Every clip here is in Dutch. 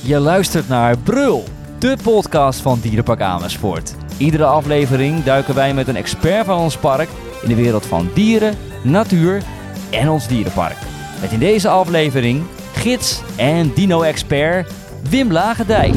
Je luistert naar Brul, de podcast van Dierenpark Amersfoort. Iedere aflevering duiken wij met een expert van ons park in de wereld van dieren, natuur en ons dierenpark. Met in deze aflevering gids en dino-expert Wim Lagendijk.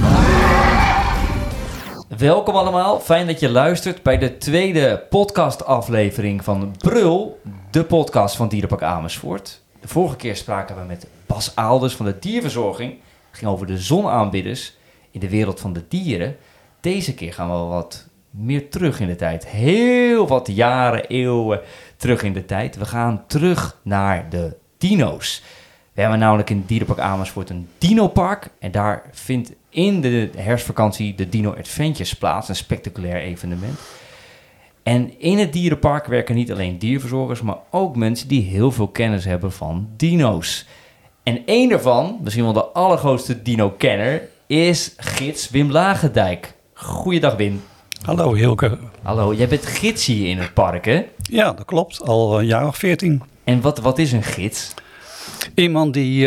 Welkom allemaal, fijn dat je luistert bij de tweede podcastaflevering van Brul, de podcast van Dierenpark Amersfoort. De vorige keer spraken we met Bas Aalders van de dierverzorging. Het ging over de zonaanbidders in de wereld van de dieren. Deze keer gaan we wat meer terug in de tijd. Heel wat jaren, eeuwen terug in de tijd. We gaan terug naar de dino's. We hebben namelijk in Dierenpark Amersfoort een dinopark. En daar vindt in de herfstvakantie de Dino Adventures plaats. Een spectaculair evenement. En in het dierenpark werken niet alleen dierverzorgers, maar ook mensen die heel veel kennis hebben van dino's. En één daarvan, misschien wel de allergrootste dino-kenner, is gids Wim Lagendijk. Goeiedag Wim. Hallo Hilke. Hallo, jij bent gids hier in het park, hè? Ja, dat klopt. Al een jaar of 14. En wat is een gids? Iemand die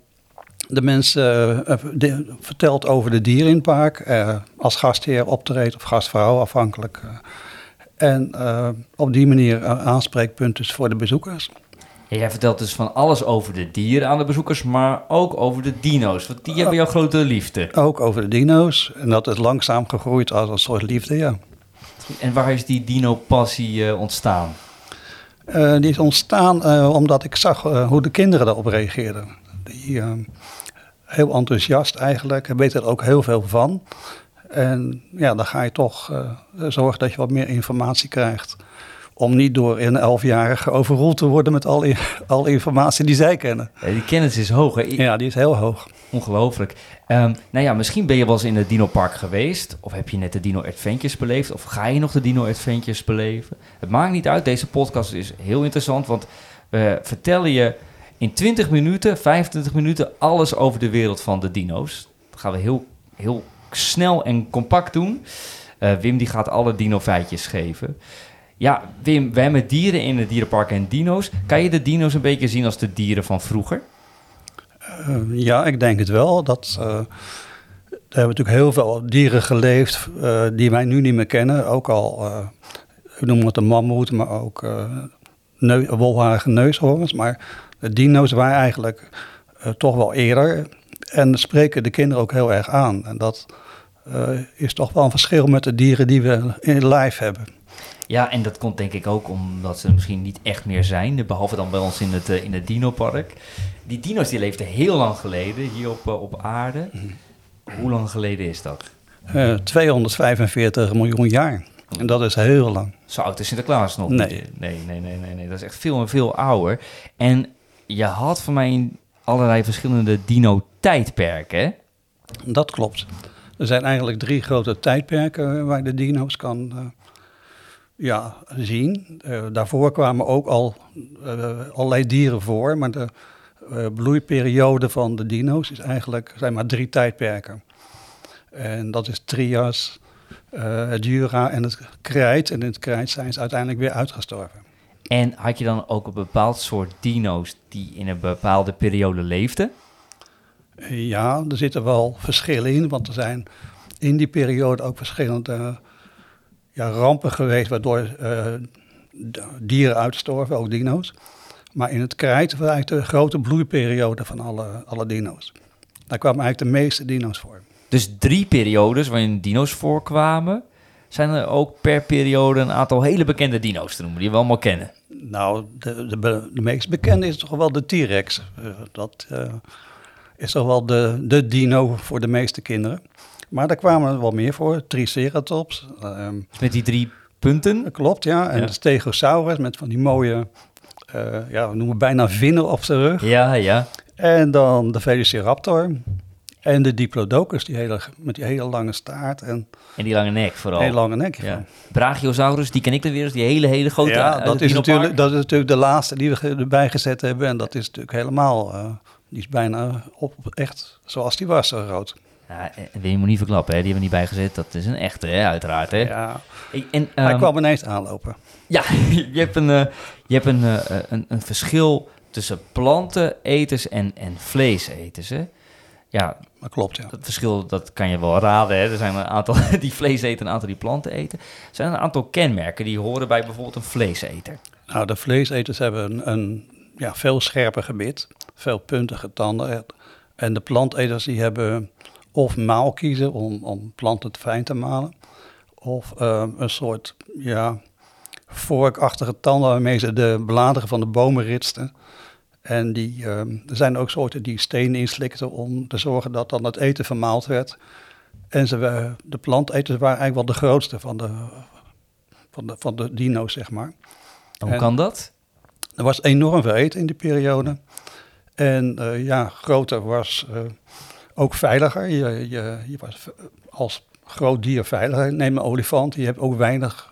de mensen vertelt over de dieren in het park. Als gastheer optreedt of gastvrouw, afhankelijk. En op die manier aanspreekpunt is voor de bezoekers. Ja, jij vertelt dus van alles over de dieren aan de bezoekers, maar ook over de dino's. Want die hebben jouw grote liefde. Ook over de dino's. En dat is langzaam gegroeid als een soort liefde, ja. En waar is die dino-passie ontstaan? Die is ontstaan omdat ik zag hoe de kinderen daarop reageerden. Die heel enthousiast eigenlijk, weten er ook heel veel van. En ja, dan ga je toch zorgen dat je wat meer informatie krijgt. Om niet door een 11-jarige overroeld te worden met alle informatie die zij kennen. Ja, die kennis is hoog, hè? Ja, die is heel hoog. Ongelooflijk. Nou ja, misschien ben je wel eens in het dinopark geweest. Of heb je net de Dino Adventures beleefd. Of ga je nog de Dino Adventures beleven. Het maakt niet uit. Deze podcast is heel interessant. Want we vertellen je in 20 minuten, 25 minuten alles over de wereld van de dino's. Dat gaan we heel snel en compact doen. Wim die gaat alle dino-feitjes geven. Ja, Wim, wij hebben dieren in het dierenpark en dino's. Kan je de dino's een beetje zien als de dieren van vroeger? Ja, ik denk het wel. Er hebben natuurlijk heel veel dieren geleefd die wij nu niet meer kennen. Ook al, we noemen het een mammoet, maar ook wolharige neushoorns. Maar de dino's waren eigenlijk toch wel eerder. En dat spreken de kinderen ook heel erg aan. En dat is toch wel een verschil met de dieren die we in live hebben. Ja, en dat komt denk ik ook omdat ze misschien niet echt meer zijn, behalve dan bij ons in het dinopark. Die dino's die leefden heel lang geleden hier op aarde. Hoe lang geleden is dat? 245 miljoen jaar. En dat is heel lang. Zo oud is Sinterklaas nog Nee. niet. Nee. Dat is echt veel en veel ouder. En je had voor mij allerlei verschillende dino-tijdperken, hè? Dat klopt. Er zijn eigenlijk 3 grote tijdperken waar de dino's kan zien. Daarvoor kwamen ook al allerlei dieren voor, maar de bloeiperiode van de dino's zijn maar 3 tijdperken. En dat is Trias, het Jura en het Krijt. En in het Krijt zijn ze uiteindelijk weer uitgestorven. En had je dan ook een bepaald soort dino's die in een bepaalde periode leefden? Ja, er zitten wel verschillen in, want er zijn in die periode ook verschillende rampen geweest waardoor dieren uitstorven, ook dino's. Maar in het Krijt was eigenlijk de grote bloeiperiode van alle dino's. Daar kwamen eigenlijk de meeste dino's voor. Dus 3 periodes waarin dino's voorkwamen. Zijn er ook per periode een aantal hele bekende dino's te noemen die we allemaal kennen? Nou, de meest bekende is toch wel de T-Rex. Dat is toch wel de dino voor de meeste kinderen. Maar daar kwamen er wel meer voor. Triceratops. Met die 3 punten? Dat klopt, ja. En de Stegosaurus met van die mooie, we noemen bijna vinnen op zijn rug. Ja. En dan de Velociraptor. En de Diplodocus, met die hele lange staart. En die lange nek vooral. Hele lange nek, ja. Brachiosaurus, die ken ik dan weer eens, die hele grote. Ja, dat is natuurlijk de laatste die we erbij gezet hebben. En dat is natuurlijk helemaal, die is bijna echt zoals die was, zo groot. Ja, je moet niet verklappen, hè? Die hebben we niet bijgezet. Dat is een echte, hè? Uiteraard. Hè? Ja. Hij kwam ineens aanlopen. Ja, je hebt een verschil tussen planteneters en vleeseters. Hè? Ja, Dat klopt, ja. het verschil, dat kan je wel raden. Hè? Er zijn een aantal die vlees eten, een aantal die planten eten. Er zijn een aantal kenmerken die horen bij bijvoorbeeld een vleeseter. Nou, de vleeseters hebben een veel scherper gebit, veel puntige tanden. En de planteters die hebben of maalkiezen om planten fijn te malen, of een soort vorkachtige tanden waarmee ze de bladeren van de bomen ritsten. En er zijn ook soorten die stenen inslikten om te zorgen dat dan het eten vermaald werd. En de planteters waren eigenlijk wel de grootste van de dino's, zeg maar. Hoe kan dat? Er was enorm veel eten in die periode. En groter was ook veiliger. Je was als groot dier veiliger. Neem een olifant, die hebt ook weinig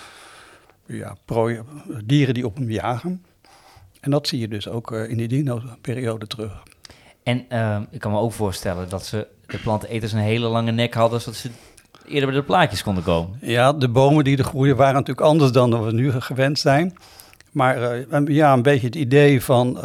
dieren die op hem jagen. En dat zie je dus ook in die dino-periode terug. En ik kan me ook voorstellen dat de planteneters een hele lange nek hadden, zodat ze eerder bij de plaatjes konden komen. Ja, de bomen die er groeien waren natuurlijk anders dan we nu gewend zijn. Maar een beetje het idee van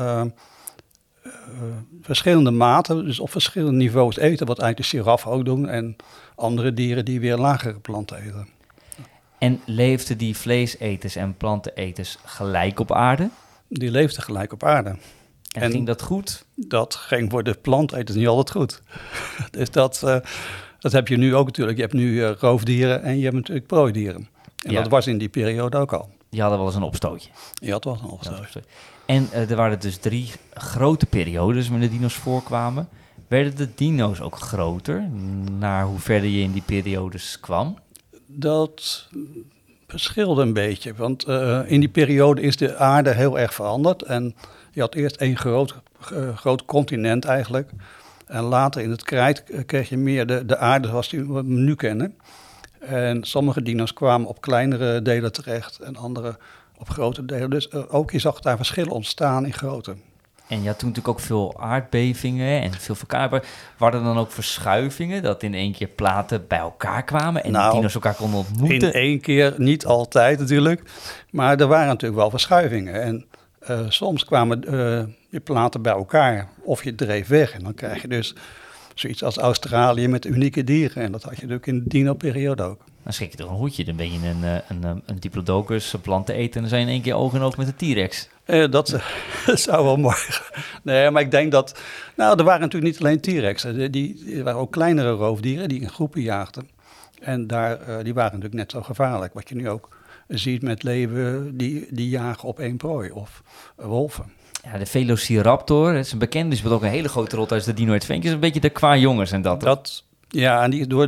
verschillende maten, dus op verschillende niveaus eten, wat eigenlijk de giraf ook doen en andere dieren die weer lagere planten eten. En leefden die vleeseters en planteneters gelijk op aarde? Die leefden gelijk op aarde. En ging dat goed? Dat ging voor de planteters niet altijd goed. Dus dat heb je nu ook natuurlijk. Je hebt nu roofdieren en je hebt natuurlijk prooidieren. En dat was in die periode ook al. Die hadden wel eens een opstootje. Ja, dat was een opstootje. En er waren dus 3 grote periodes waarin de dino's voorkwamen. Werden de dino's ook groter, naar hoe verder je in die periodes kwam? Dat verschilde een beetje, want in die periode is de aarde heel erg veranderd. En je had eerst één groot continent eigenlijk. En later in het krijt kreeg je meer de aarde zoals die we nu kennen. En sommige dino's kwamen op kleinere delen terecht en andere op grote delen. Dus ook je zag daar verschillen ontstaan in grootte. En je had toen natuurlijk ook veel aardbevingen en veel verkaar. Waren er dan ook verschuivingen, dat in één keer platen bij elkaar kwamen en dino's elkaar konden ontmoeten? In één keer, niet altijd natuurlijk, maar er waren natuurlijk wel verschuivingen. En soms kwamen je platen bij elkaar of je dreef weg. En dan krijg je dus zoiets als Australië met unieke dieren. En dat had je natuurlijk in de dino-periode ook. Dan schrik je toch een hoedje, dan ben je een diplodocus, een planteneter en dan zijn je in één keer oog in oog met de T-Rex. Dat zou wel mooi. Nee, maar ik denk dat... Nou, er waren natuurlijk niet alleen T-Rex'en. Er waren ook kleinere roofdieren die in groepen jaagden. En die waren natuurlijk net zo gevaarlijk. Wat je nu ook ziet met leeuwen die jagen op één prooi of wolven. Ja, de Velociraptor, dat is een bekende, die speelt ook een hele grote rol tijdens de Dino Adventures. Een beetje de qua jongens en dat. Ja, en die is door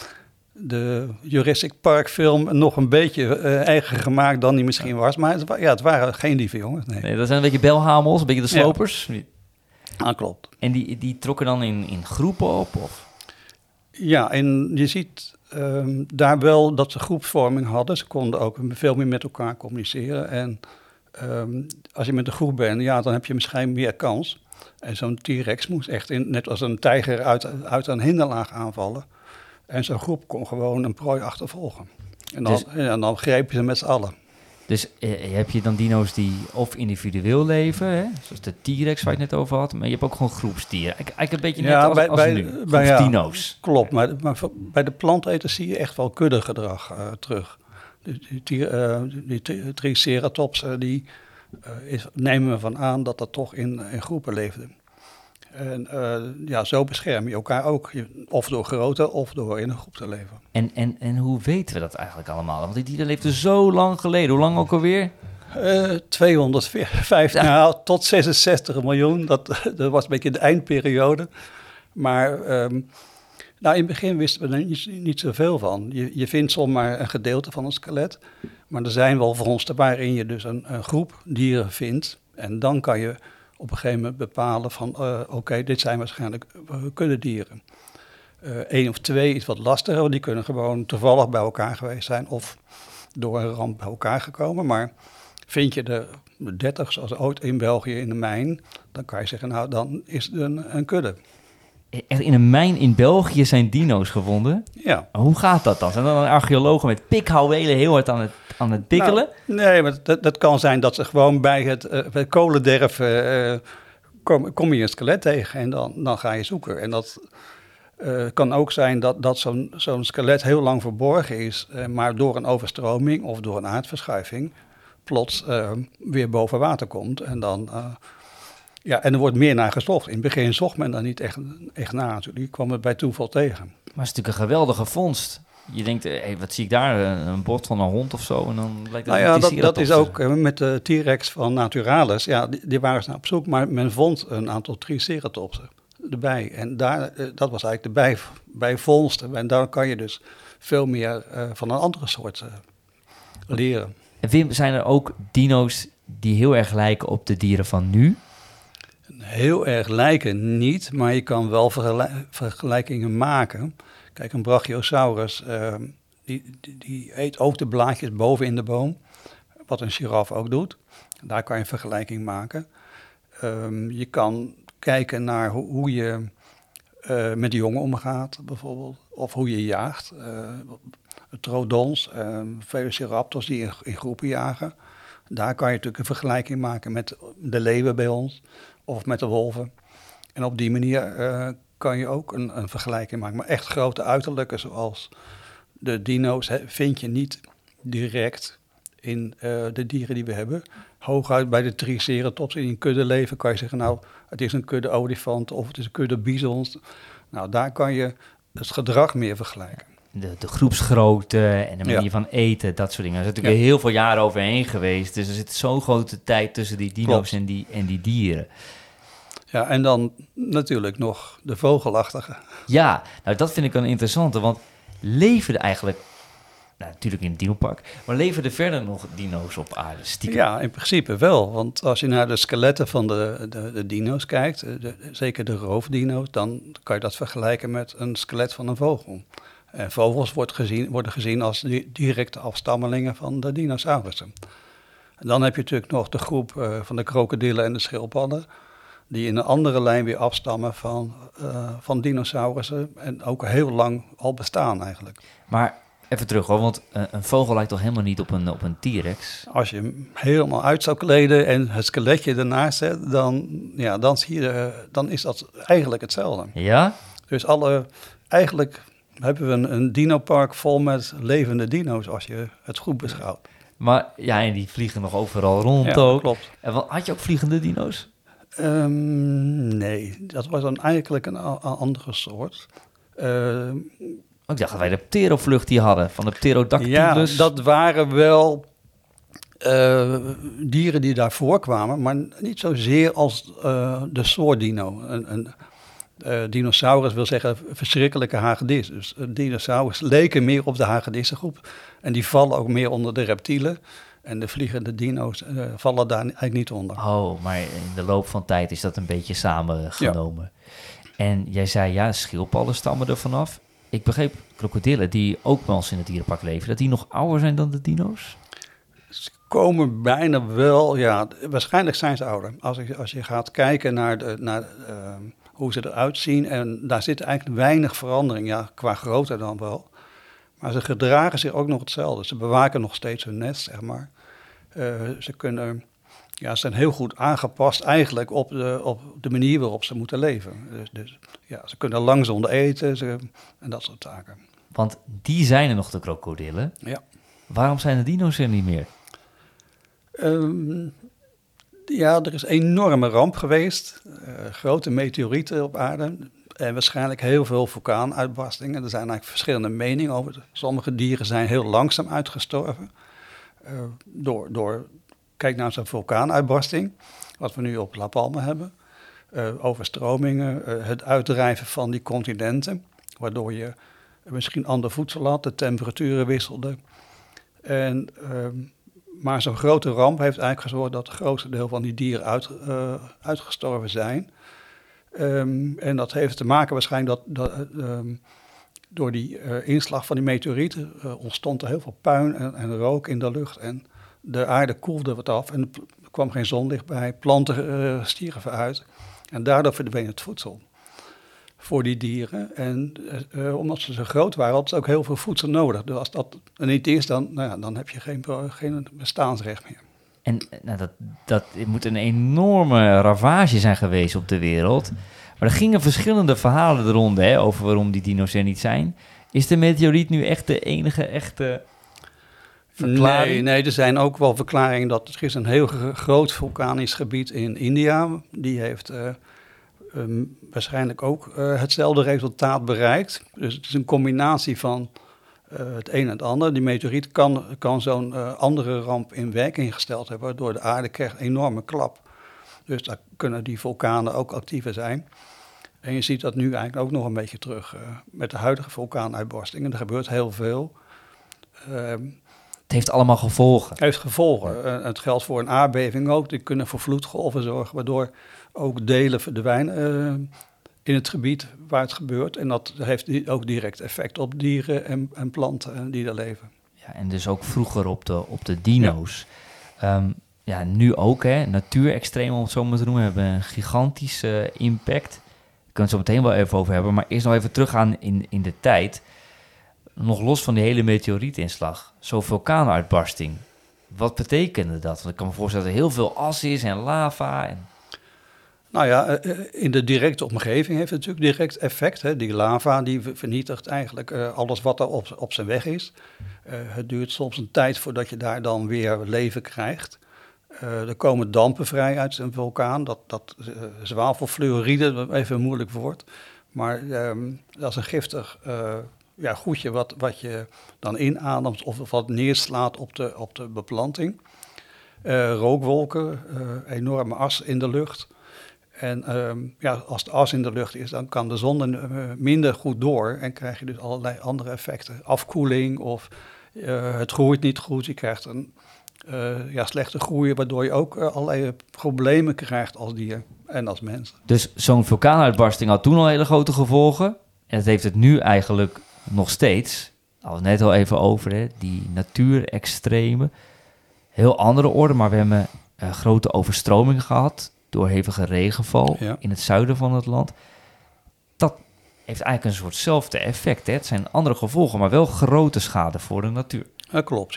de Jurassic Park film nog een beetje eigen gemaakt dan die misschien was. Maar het waren geen lieve jongens. Nee, dat zijn een beetje belhamels, een beetje de slopers. Ja, klopt. En die trokken dan in groepen op? Of? Ja, en je ziet daar wel dat ze groepsvorming hadden. Ze konden ook veel meer met elkaar communiceren. En als je met een groep bent, dan heb je misschien meer kans. En zo'n T-Rex moest echt net als een tijger uit een hinderlaag aanvallen. En zo'n groep kon gewoon een prooi achtervolgen. En dan grepen ze met z'n allen. Dus heb je dan dino's die of individueel leven, hè? Zoals de T-Rex waar je het net over had, maar je hebt ook gewoon groepsdieren. Eigenlijk een beetje net als nu, groepsdino's. Klopt, maar bij de planteters zie je echt wel kuddegedrag terug. Die Triceratops, nemen we van aan dat dat toch in groepen leefden. En zo bescherm je elkaar ook, of door grootte of door in een groep te leven. En hoe weten we dat eigenlijk allemaal? Want die dieren leefden zo lang geleden. Hoe lang ook alweer? 250 tot 66 miljoen. Dat was een beetje de eindperiode. Maar in het begin wisten we er niet zoveel van. Je vindt zomaar een gedeelte van een skelet. Maar er zijn wel vondsten waarin je dus een groep dieren vindt. En dan kan je op een gegeven moment bepalen van dit zijn waarschijnlijk kuddedieren. 1 of 2 is wat lastiger, want die kunnen gewoon toevallig bij elkaar geweest zijn of door een ramp bij elkaar gekomen. Maar vind je de 30, zoals ooit in België in de mijn, dan kan je zeggen, dan is het een kudde. Echt in een mijn in België zijn dino's gevonden? Ja. Hoe gaat dat dan? Zijn dan archeologen met pikhouwelen heel hard aan het bikkelen? Nee, maar dat kan zijn dat ze gewoon bij het kolenderf kom je een skelet tegen en dan ga je zoeken. En dat kan ook zijn dat zo'n skelet heel lang verborgen is, maar door een overstroming of door een aardverschuiving plots weer boven water komt. En dan, en er wordt meer naar gezocht. In het begin zocht men daar niet echt naar. Die kwam het bij toeval tegen. Maar het is natuurlijk een geweldige vondst. Je denkt, wat zie ik daar? Een bot van een hond of zo? En dan blijkt dat is ook met de T-Rex van Naturalis. Ja, die waren ze op zoek, maar men vond een aantal triceratopsen erbij. En dat was eigenlijk de bijvondst. En daar kan je dus veel meer van een andere soort leren. En Wim, zijn er ook dino's die heel erg lijken op de dieren van nu? Heel erg lijken niet, maar je kan wel vergelijkingen maken. Kijk, een Brachiosaurus, die eet ook de blaadjes boven in de boom, wat een giraf ook doet. Daar kan je een vergelijking maken. Je kan kijken naar hoe je met jongen omgaat, bijvoorbeeld, of hoe je jaagt. Troodons, velociraptors die in groepen jagen. Daar kan je natuurlijk een vergelijking maken met de leeuwen bij ons of met de wolven. En op die manier kan je ook een vergelijking maken. Maar echt grote uiterlijken zoals de dino's vind je niet direct in de dieren die we hebben. Hooguit bij de Triceratops in een kudde leven kan je zeggen, nou, het is een kudde olifant of het is een kudde bizons. Nou, daar kan je het gedrag meer vergelijken. De groepsgrootte en de manier van eten, dat soort dingen. Er is natuurlijk heel veel jaren overheen geweest. Dus er zit zo'n grote tijd tussen die dino's en die dieren. Ja, en dan natuurlijk nog de vogelachtige. Ja, nou dat vind ik een interessante, want leven er eigenlijk, natuurlijk in het dinopark, maar leven er verder nog dino's op aarde? Stiekem? Ja, in principe wel. Want als je naar de skeletten van de dino's kijkt, zeker de roofdino's, dan kan je dat vergelijken met een skelet van een vogel. En vogels worden gezien als directe afstammelingen van de dinosaurussen. En dan heb je natuurlijk nog de groep van de krokodillen en de schildpadden, die in een andere lijn weer afstammen van dinosaurussen en ook heel lang al bestaan eigenlijk. Maar even terug hoor, want een vogel lijkt toch helemaal niet op een T-Rex? Als je hem helemaal uit zou kleden en het skeletje ernaast zet, dan is dat eigenlijk hetzelfde. Ja? Dus eigenlijk hebben we een dinopark vol met levende dino's als je het goed beschouwt. Maar ja, en die vliegen nog overal rond ja, ook. Klopt. En had je ook vliegende dino's? Nee, dat was dan eigenlijk een andere soort. Ik dacht dat wij de pterovlucht die hadden, van de Pterodactylus. Ja, dat waren wel dieren die daar voorkwamen, maar niet zozeer als de soort dino. Een dinosaurus wil zeggen verschrikkelijke hagedis. Dus dinosaurus leken meer op de hagedissengroep. En die vallen ook meer onder de reptielen. En de vliegende dino's vallen daar eigenlijk niet onder. Oh, maar in de loop van tijd is dat een beetje samengenomen. Ja. En jij zei, schildpadden stammen er vanaf. Ik begreep krokodillen, die ook bij ons in het dierenpark leven, dat die nog ouder zijn dan de dino's? Ze komen bijna wel, ja. Waarschijnlijk zijn ze ouder. Als je gaat kijken naar hoe ze eruit zien, en daar zit eigenlijk weinig verandering, ja, qua grootte dan wel. Maar ze gedragen zich ook nog hetzelfde. Ze bewaken nog steeds hun nest, zeg maar. Ze zijn heel goed aangepast eigenlijk op de manier waarop ze moeten leven. Dus ze kunnen lang zonder eten en dat soort taken. Want die zijn er nog, de krokodillen. Ja. Waarom zijn de dino's er niet meer? Er is een enorme ramp geweest. Grote meteorieten op aarde. En waarschijnlijk heel veel vulkaanuitbarstingen. Er zijn eigenlijk verschillende meningen over. Sommige dieren zijn heel langzaam uitgestorven. Kijk naar zo'n vulkaanuitbarsting, wat we nu op La Palma hebben. Overstromingen, het uitdrijven van die continenten, waardoor je misschien ander voedsel had, de temperaturen wisselden. Maar zo'n grote ramp heeft eigenlijk gezorgd dat het grootste deel van die dieren uitgestorven zijn. En dat heeft te maken waarschijnlijk door die inslag van die meteorieten ontstond er heel veel puin en rook in de lucht. En de aarde koelde wat af en er kwam geen zonlicht bij. Planten stierven uit. En daardoor verdween het voedsel voor die dieren. En omdat ze zo groot waren, hadden ze ook heel veel voedsel nodig. Dus als dat er niet is, dan heb je geen bestaansrecht meer. En dat moet een enorme ravage zijn geweest op de wereld. Maar er gingen verschillende verhalen de ronde, hè, over waarom die dino's er niet zijn. Is de meteoriet nu echt de enige echte verklaring? Nee, er zijn ook wel verklaringen dat er is een heel groot vulkanisch gebied in India. Die heeft waarschijnlijk ook hetzelfde resultaat bereikt. Dus het is een combinatie van het een en het ander. Die meteoriet kan zo'n andere ramp in werking gesteld hebben, waardoor de aarde krijgt een enorme klap. Dus daar kunnen die vulkanen ook actiever zijn. En je ziet dat nu eigenlijk ook nog een beetje terug met de huidige vulkaanuitbarstingen. Er gebeurt heel veel. Het heeft allemaal gevolgen. Het heeft gevolgen. Het geldt voor een aardbeving ook. Die kunnen voor vloedgolven zorgen, waardoor ook delen verdwijnen in het gebied waar het gebeurt. En dat heeft ook direct effect op dieren en planten die er leven. Ja, en dus ook vroeger op de dino's. Ja. Nu ook, hè. Natuurextremen, om het zo maar te noemen, hebben een gigantische impact. We kunnen het zo meteen wel even over hebben. Maar eerst nog even teruggaan in de tijd. Nog los van die hele meteorietinslag. Zo'n vulkaanuitbarsting. Wat betekende dat? Want ik kan me voorstellen dat er heel veel as is en lava. Nou ja, in de directe omgeving heeft het natuurlijk direct effect. Hè. Die lava die vernietigt eigenlijk alles wat er op zijn weg is. Het duurt soms een tijd voordat je daar dan weer leven krijgt. Er komen dampen vrij uit een vulkaan. Dat zwavelfluoride, even een moeilijk woord. Maar dat is een giftig goedje wat je dan inademt of wat neerslaat op de beplanting. Rookwolken, enorme as in de lucht. En als de as in de lucht is, dan kan de zon minder goed door en krijg je dus allerlei andere effecten. Afkoeling of het groeit niet goed, je krijgt een slechte groei, waardoor je ook allerlei problemen krijgt als dier en als mens. Dus zo'n vulkaanuitbarsting had toen al hele grote gevolgen en het heeft het nu eigenlijk nog steeds. Daar hadden we het net al even over, hè, die natuurextremen. Heel andere orde, maar we hebben grote overstromingen gehad door hevige regenval in het zuiden van het land. Dat heeft eigenlijk een soortzelfde effect. Hè? Het zijn andere gevolgen, maar wel grote schade voor de natuur. Dat klopt.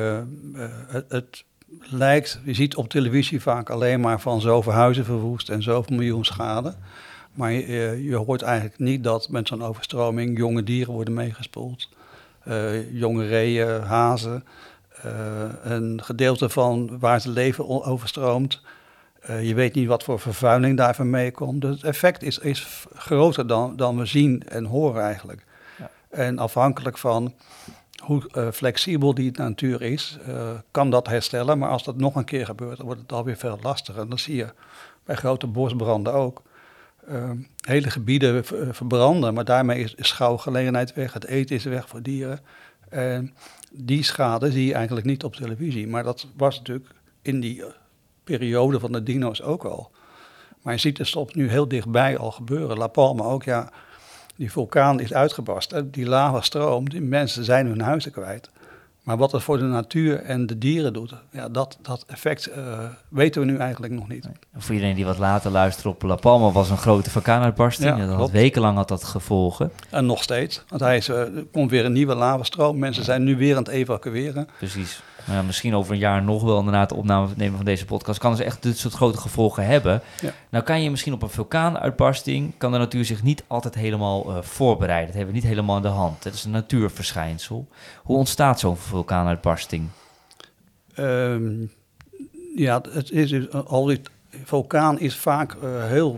Het lijkt, je ziet op televisie vaak alleen maar van zoveel huizen verwoest en zoveel miljoen schade. Maar je hoort eigenlijk niet dat met zo'n overstroming jonge dieren worden meegespoeld. Jonge reeën, hazen, een gedeelte van waar ze leven overstroomt. Je weet niet wat voor vervuiling daarvan meekomt. Dus het effect is groter dan we zien en horen eigenlijk. Ja. En afhankelijk van hoe flexibel die natuur is, kan dat herstellen. Maar als dat nog een keer gebeurt, dan wordt het alweer veel lastiger. En dat zie je bij grote bosbranden ook. Hele gebieden verbranden, maar daarmee is gauw gelegenheid weg. Het eten is weg voor dieren. En die schade zie je eigenlijk niet op televisie. Maar dat was natuurlijk in die periode van de dino's ook al. Maar je ziet het soms nu heel dichtbij al gebeuren. La Palma ook, ja, die vulkaan is uitgebarsten. Die lava stroomt, die mensen zijn hun huizen kwijt. Maar wat het voor de natuur en de dieren doet, ja, dat effect weten we nu eigenlijk nog niet. Voor iedereen die wat later luistert, op La Palma was een grote vulkaanuitbarsting. Ja, wekenlang had dat gevolgen. En nog steeds, want er komt weer een nieuwe lavastroom. Mensen zijn nu weer aan het evacueren. Precies. Nou ja, misschien over een jaar nog wel inderdaad de opname nemen van deze podcast. Kan dus echt dit soort grote gevolgen hebben. Ja. Nou kan je misschien op een vulkaanuitbarsting, kan de natuur zich niet altijd helemaal voorbereiden. Dat hebben we niet helemaal in de hand. Het is een natuurverschijnsel. Hoe ontstaat zo'n vulkaanuitbarsting? Het is dus, vulkaan is vaak heel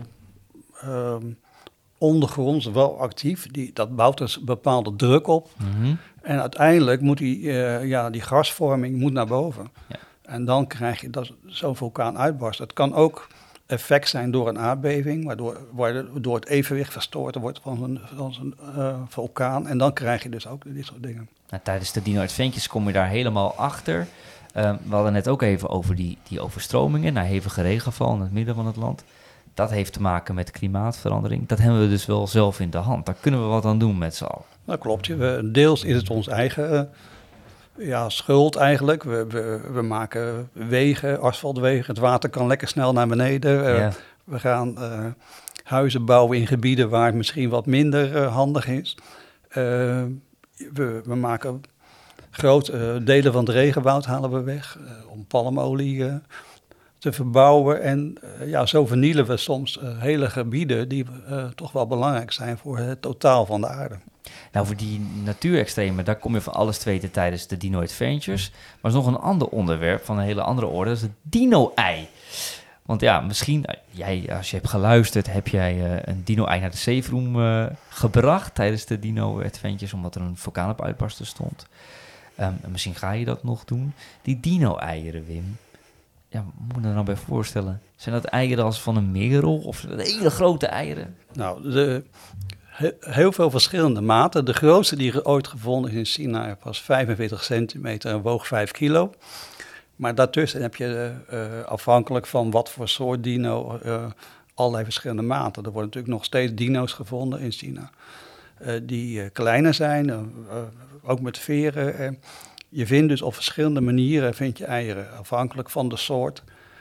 ondergronds wel actief. Dat bouwt dus bepaalde druk op. Mm-hmm. En uiteindelijk moet die gasvorming moet naar boven. Ja. En dan krijg je dat zo'n vulkaan uitbarst. Het kan ook effect zijn door een aardbeving, waardoor het evenwicht verstoord wordt van zo'n vulkaan. En dan krijg je dus ook dit soort dingen. Nou, tijdens de Dino Adventures kom je daar helemaal achter. We hadden net ook even over die overstromingen naar hevige regenval in het midden van het land. Dat heeft te maken met klimaatverandering. Dat hebben we dus wel zelf in de hand. Daar kunnen we wat aan doen met z'n allen. Dat klopt. Deels is het ons eigen schuld eigenlijk. We maken wegen, asfaltwegen. Het water kan lekker snel naar beneden. We gaan huizen bouwen in gebieden waar het misschien wat minder handig is. We maken grote delen van het regenwoud halen we weg om palmolie te verbouwen. En zo vernielen we soms hele gebieden die toch wel belangrijk zijn voor het totaal van de aarde. Nou, voor die natuurextremen, daar kom je van alles te weten tijdens de Dino Adventures. Maar er is nog een ander onderwerp van een hele andere orde, dat is het dino-ei. Want ja, misschien, jij, als je hebt geluisterd, heb jij een dino-ei naar de Safe-room gebracht tijdens de Dino Adventures, omdat er een vulkaan op uitbarsten stond. En misschien ga je dat nog doen. Die dino-eieren, Wim, ja, moet je er nou bij voorstellen? Zijn dat eieren als van een merel of zijn dat hele grote eieren? Nou, heel veel verschillende maten. De grootste die er ooit gevonden is in China was 45 centimeter en woog 5 kilo. Maar daartussen heb je afhankelijk van wat voor soort dino allerlei verschillende maten. Er worden natuurlijk nog steeds dino's gevonden in China die kleiner zijn, ook met veren. Je vindt dus op verschillende manieren vind je eieren, afhankelijk van de soort.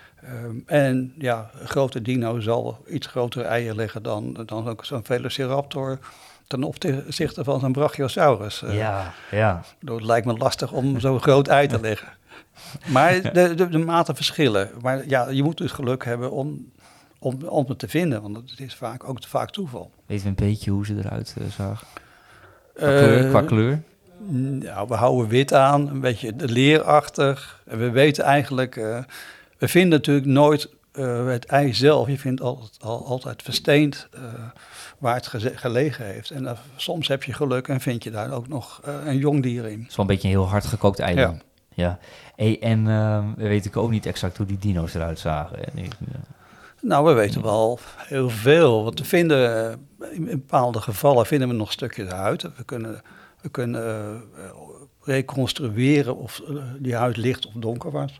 En ja, een grote dino zal iets grotere eieren leggen dan ook zo'n Velociraptor ten opzichte van zo'n Brachiosaurus. Het lijkt me lastig om zo'n groot ei te leggen. Maar de maten verschillen. Maar ja, je moet dus geluk hebben om het te vinden, want het is vaak toeval. Weten we een beetje hoe ze eruit zagen? Qua kleur? Nou, we houden wit aan, een beetje leerachtig. En we weten eigenlijk, we vinden natuurlijk nooit het ei zelf. Je vindt altijd versteend waar het gelegen heeft. En soms heb je geluk en vind je daar ook nog een jong dier in. Het is wel een beetje een heel hard gekookt ei dan. Ja. Hey, en we weten ook niet exact hoe die dino's eruit zagen. Hè? Nou, we weten wel heel veel. Want we vinden, in bepaalde gevallen vinden we nog stukjes huid. We kunnen reconstrueren of die huid licht of donker was.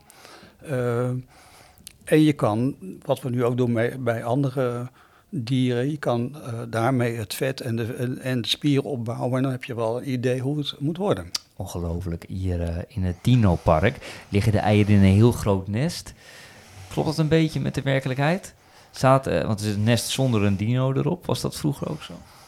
En je kan, wat we nu ook doen bij andere dieren, je kan daarmee het vet en de spieren opbouwen. En dan heb je wel een idee hoe het moet worden. Ongelooflijk. Hier in het Dino-park liggen de eieren in een heel groot nest. Klopt dat een beetje met de werkelijkheid? Want het is een nest zonder een dino erop. Was dat vroeger ook zo?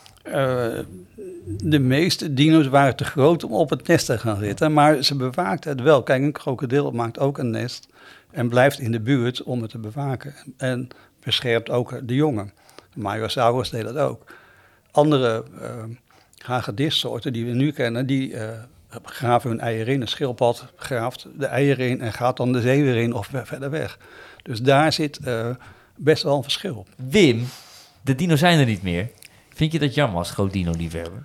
De meeste dino's waren te groot om op het nest te gaan zitten, maar ze bewaakten het wel. Kijk, een krokodil maakt ook een nest en blijft in de buurt om het te bewaken. En beschermt ook de jongen. De Myosaurus deed dat ook. Andere hagedissoorten die we nu kennen, die graven hun eieren in. Een schildpad graaft de eieren in en gaat dan de zee weer in of verder weg. Dus daar zit best wel een verschil. Wim, de dino's zijn er niet meer. Vind je dat jammer als groot dino-liefhebber?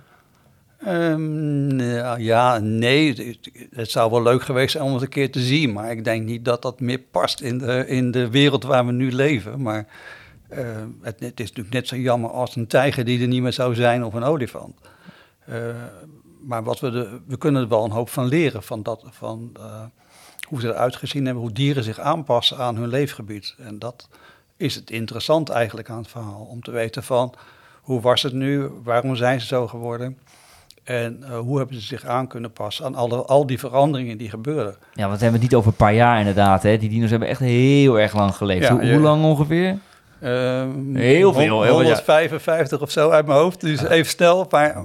Nee. Het zou wel leuk geweest zijn om het een keer te zien. Maar ik denk niet dat dat meer past in de wereld waar we nu leven. Maar het is natuurlijk net zo jammer als een tijger die er niet meer zou zijn of een olifant. Maar we kunnen er wel een hoop van leren. Van hoe ze eruit gezien hebben. Hoe dieren zich aanpassen aan hun leefgebied. En dat is het interessant eigenlijk aan het verhaal. Om te weten van hoe was het nu? Waarom zijn ze zo geworden? En hoe hebben ze zich aan kunnen passen aan al die veranderingen die gebeuren. Ja, want we hebben het niet over een paar jaar inderdaad. Hè? Die dino's hebben echt heel erg lang geleefd. Ja, hoe lang ongeveer? Heel veel. 155 of zo uit mijn hoofd. Dus even snel. Maar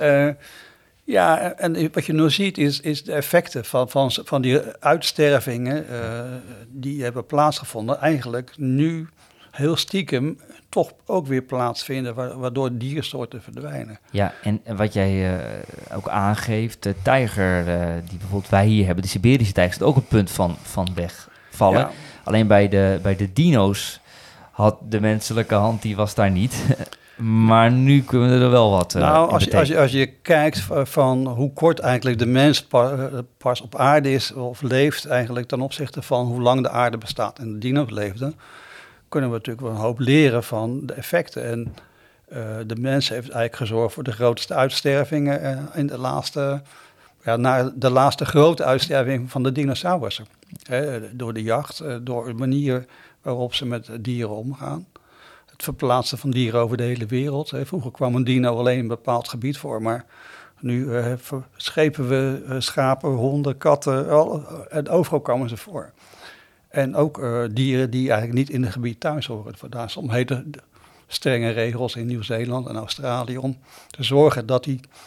en wat je nu ziet is de effecten van die uitstervingen die hebben plaatsgevonden. Eigenlijk nu heel stiekem toch ook weer plaatsvinden, waardoor diersoorten verdwijnen. Ja, en wat jij ook aangeeft, de tijger die bijvoorbeeld wij hier hebben, de Siberische tijger, is ook een punt van wegvallen. Ja. Alleen bij de dino's had de menselijke hand, die was daar niet. Maar nu kunnen we er wel wat als je kijkt van hoe kort eigenlijk de mens pas op aarde is of leeft eigenlijk ten opzichte van hoe lang de aarde bestaat en de dino's leefden, kunnen we natuurlijk wel een hoop leren van de effecten. En de mens heeft eigenlijk gezorgd voor de grootste uitstervingen in na de laatste grote uitsterving van de dinosaurussen. Door de jacht, door de manier waarop ze met dieren omgaan. Het verplaatsen van dieren over de hele wereld. Vroeger kwam een dino alleen in een bepaald gebied voor, maar nu schepen we schapen, honden, katten, en overal komen ze voor. En ook dieren die eigenlijk niet in het gebied thuis horen. Daar soms hele strenge regels in Nieuw-Zeeland en Australië om te zorgen dat die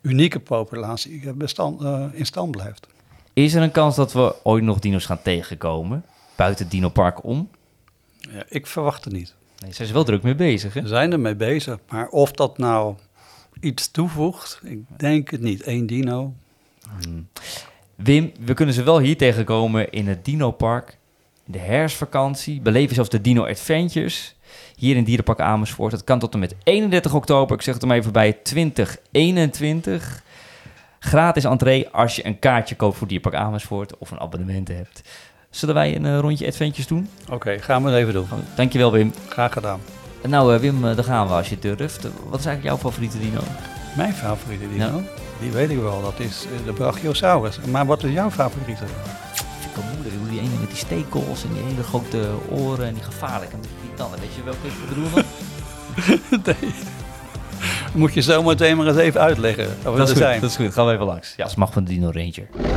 unieke populatie in stand blijft. Is er een kans dat we ooit nog dino's gaan tegenkomen? Buiten het dinopark om? Ja, ik verwacht het niet. Nee, zijn ze wel druk mee bezig, hè? We zijn ermee bezig, maar of dat nou iets toevoegt, ik denk het niet. 1 dino. Wim, we kunnen ze wel hier tegenkomen in het dinopark. In de herfstvakantie. Beleven zelfs de Dino Adventures. Hier in Dierenpark Amersfoort. Dat kan tot en met 31 oktober. Ik zeg het er maar even bij. 2021. Gratis entree als je een kaartje koopt voor Dierenpark Amersfoort. Of een abonnement hebt. Zullen wij een rondje Adventures doen? Oké, gaan we het even doen. Dankjewel, Wim. Graag gedaan. Nou, Wim, daar gaan we als je durft. Wat is eigenlijk jouw favoriete dino? Mijn favoriete dino? Ja. Die weet ik wel, dat is de Brachiosaurus. Maar wat is jouw favoriete? Vind ik wel moeilijk. Die ene met die steekels en die hele grote oren en die gevaarlijke met die tanden. Weet je welke ik bedoel dan? Nee. Moet je zo meteen maar eens even uitleggen. Dat is goed, gaan we even langs. Ja, dat mag van de Dino Ranger.